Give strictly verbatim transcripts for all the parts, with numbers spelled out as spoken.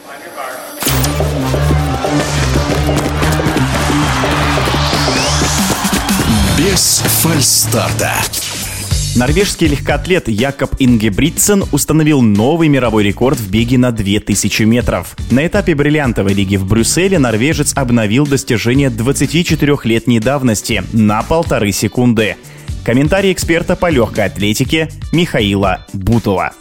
Без фальстарта. Норвежский легкоатлет Якоб Ингебридтсен установил новый мировой рекорд в беге на две тысячи метров. На этапе бриллиантовой лиги в Брюсселе норвежец обновил достижение двадцатичетырёхлетней давности на полторы секунды. Комментарий эксперта по легкой атлетике Михаила Бутова.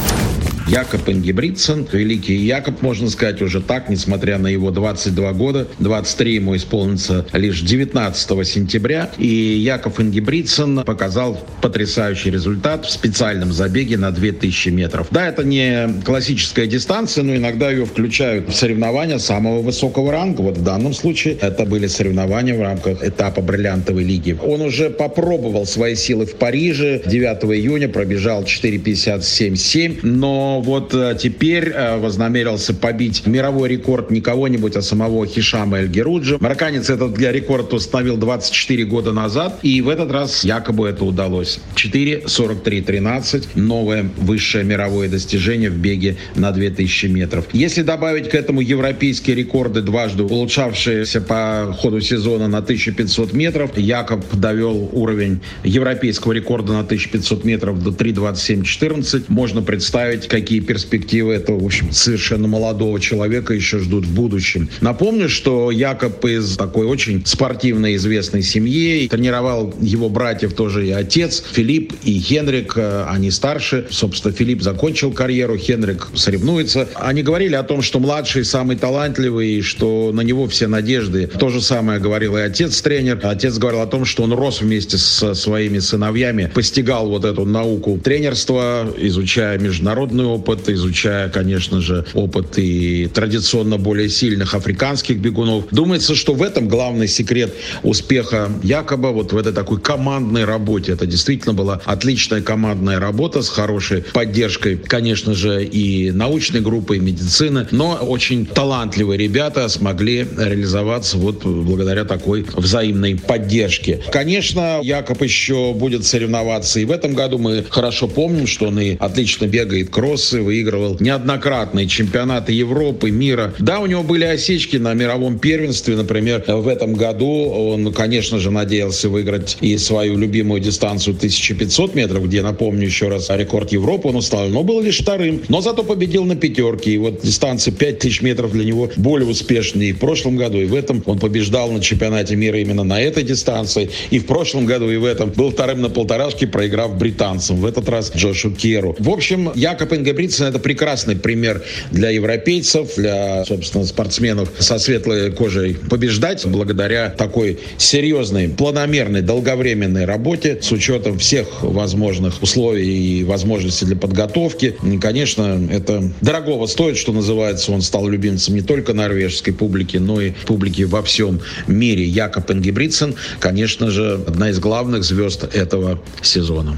Якоб Ингебридтсен, великий Якоб, можно сказать, уже так, несмотря на его двадцать два года. двадцать три ему исполнится лишь девятнадцатого сентября. И Якоб Ингебридтсен показал потрясающий результат в специальном забеге на две тысячи метров. Да, это не классическая дистанция, но иногда ее включают в соревнования самого высокого ранга. Вот в данном случае это были соревнования в рамках этапа бриллиантовой лиги. Он уже попробовал свои силы в Париже. девятого июня пробежал четыре пятьдесят семь семь, но вот теперь вознамерился побить мировой рекорд не кого-нибудь, а самого Хишама Эль-Геруджа. Марокканец этот для рекорда установил двадцать четыре года назад, и в этот раз якобы это удалось. четыре сорок три тринадцать, новое высшее мировое достижение в беге на две тысячи метров. Если добавить к этому европейские рекорды, дважды улучшавшиеся по ходу сезона на тысячу пятьсот метров, Якоб довел уровень европейского рекорда на тысячу пятьсот метров до три двадцать семь четырнадцать. Можно представить, какие Какие перспективы этого, в общем, совершенно молодого человека еще ждут в будущем. Напомню, что Якоб из такой очень спортивной известной семьи. Тренировал его братьев тоже и отец. Филипп и Хенрик, они старше. Собственно, Филипп закончил карьеру, Хенрик соревнуется. Они говорили о том, что младший самый талантливый, и что на него все надежды. То же самое говорил и отец-тренер. Отец говорил о том, что он рос вместе со своими сыновьями, постигал вот эту науку тренерства, изучая международную опыт, изучая, конечно же, опыт и традиционно более сильных африканских бегунов. Думается, что в этом главный секрет успеха Якоба, вот в этой такой командной работе. Это действительно была отличная командная работа с хорошей поддержкой, конечно же, и научной группы, и медицины, но очень талантливые ребята смогли реализоваться вот благодаря такой взаимной поддержке. Конечно, Якоб еще будет соревноваться и в этом году. Мы хорошо помним, что он и отлично бегает кроссы, выигрывал неоднократные чемпионаты Европы, мира. Да, у него были осечки на мировом первенстве. Например, в этом году он, конечно же, надеялся выиграть и свою любимую дистанцию тысяча пятьсот метров, где, напомню еще раз, рекорд Европы он установил. Но был лишь вторым. Но зато победил на пятерке. И вот дистанция пять тысяч метров для него более успешнее и в прошлом году, и в этом. Он побеждал на чемпионате мира именно на этой дистанции. И в прошлом году, и в этом. Был вторым на полторашке, проиграв британцам. В этот раз Джошу Керу. В общем, Якоб Ингебридтсен — это прекрасный пример для европейцев, для, собственно, спортсменов со светлой кожей побеждать благодаря такой серьезной, планомерной, долговременной работе с учетом всех возможных условий и возможностей для подготовки. И, конечно, это дорогого стоит, что называется. Он стал любимцем не только норвежской публики, но и публики во всем мире. Якоб Ингебридтсен, конечно же, одна из главных звезд этого сезона.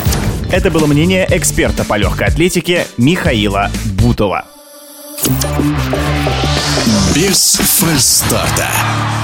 Это было мнение эксперта по легкой атлетике Михаила Бутова. Без фальстарта.